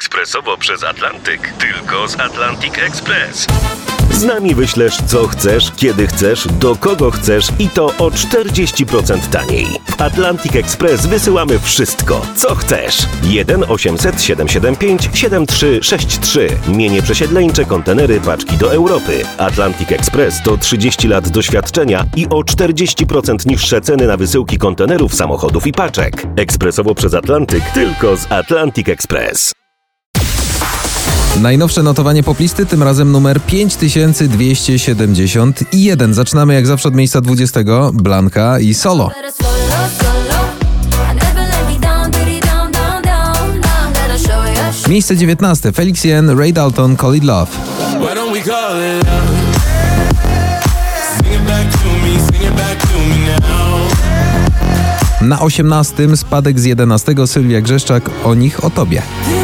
ekspresowo przez Atlantyk. Tylko z Atlantic Express. Z nami wyślesz co chcesz, kiedy chcesz, do kogo chcesz i to o 40% taniej. W Atlantic Express wysyłamy wszystko, co chcesz. 1 800 775 7363. Mienie przesiedleńcze, kontenery, paczki do Europy. Atlantic Express to 30 lat doświadczenia i o 40% niższe ceny na wysyłki kontenerów, samochodów i paczek. Ekspresowo przez Atlantyk, tylko z Atlantic Express. Najnowsze notowanie poplisty, tym razem numer 5271. Zaczynamy jak zawsze od miejsca 20. Blanka i Solo. Miejsce 19. Felix Jen, Ray Dalton, Call It Love. Na 18. spadek z 11. Sylwia Grzeszczak, O nich, o tobie.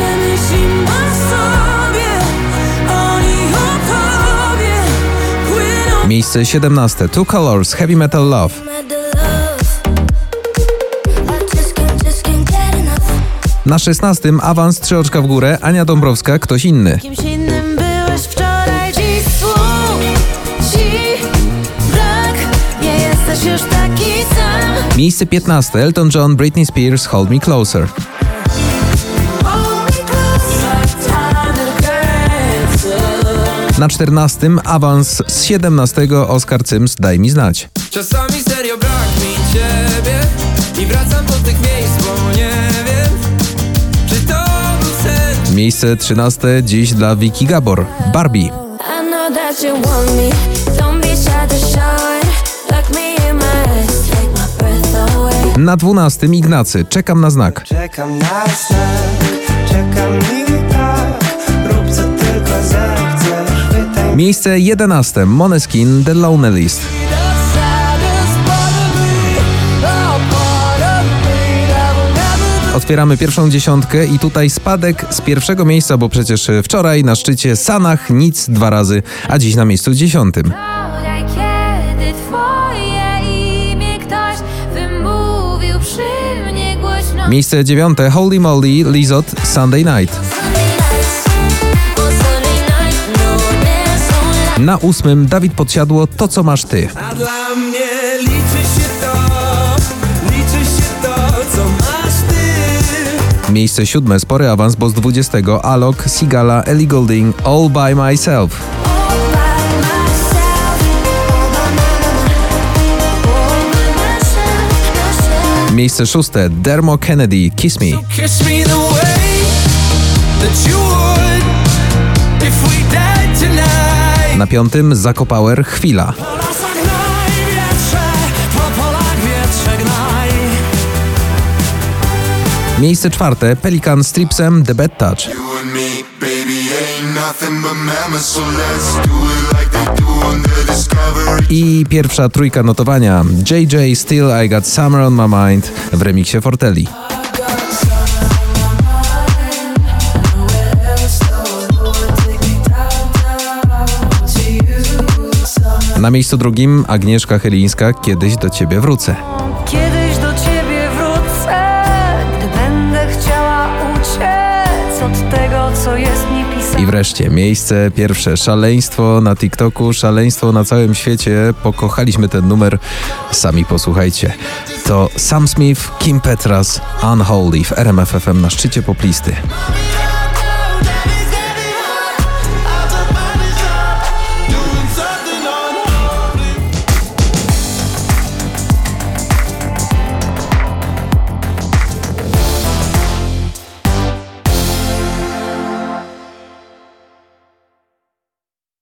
Miejsce 17. Two Colors, Heavy Metal Love. Na 16. awans 3 oczka w górę, Ania Dąbrowska, Ktoś inny. Kimś innym byłeś wczoraj, dziś słów ci brak, nie jesteś już taki sam. Miejsce 15. Elton John, Britney Spears, Hold Me Closer. Na 14. awans z 17. Oskar Cyms, Daj mi znać. Czasami serio brak mi ciebie i wracam do tych miejsc, bo nie wiem, czy to był sen. Miejsce 13. dziś dla Wiki Gabor, Barbie. Na 12. Ignacy, Czekam na znak. Czekam na znak, czekam i tak, rób co tylko zechcesz. Miejsce 11. Måneskin, The Lonely List. Otwieramy pierwszą dziesiątkę i tutaj spadek z pierwszego miejsca, bo przecież wczoraj na szczycie Sanach, Nic 2 razy, a dziś na miejscu 10. Kiedy twoje imię ktoś wymówił przy mnie głośno. Miejsce 9. Holy Moly, Lizot, Sunday Night. Na 8. Dawid Podsiadło, To co masz ty. A dla mnie liczy się to, co masz ty. Miejsce 7. Spory awans, bo z 20. Alok, Sigala, Ellie Goulding, All by Myself. Miejsce 6. Dermo Kennedy, Kiss Me. Kiss me the way that you would if we died tonight. Na 5. Zakopauer, Chwila. Miejsce 4. Pelikan, Stripsem, The Bad Touch. I pierwsza trójka notowania, JJ, Still I Got Summer on My Mind w remiksie Fortelli. Na miejscu 2. Agnieszka Chylińska, Kiedyś do ciebie wrócę. Kiedyś do ciebie wrócę, gdy będę chciała uciec od tego, co jest mi pisane. I wreszcie miejsce 1. Szaleństwo na TikToku, szaleństwo na całym świecie. Pokochaliśmy ten numer, sami posłuchajcie. To Sam Smith, Kim Petras, Unholy w RMF FM na szczycie poplisty.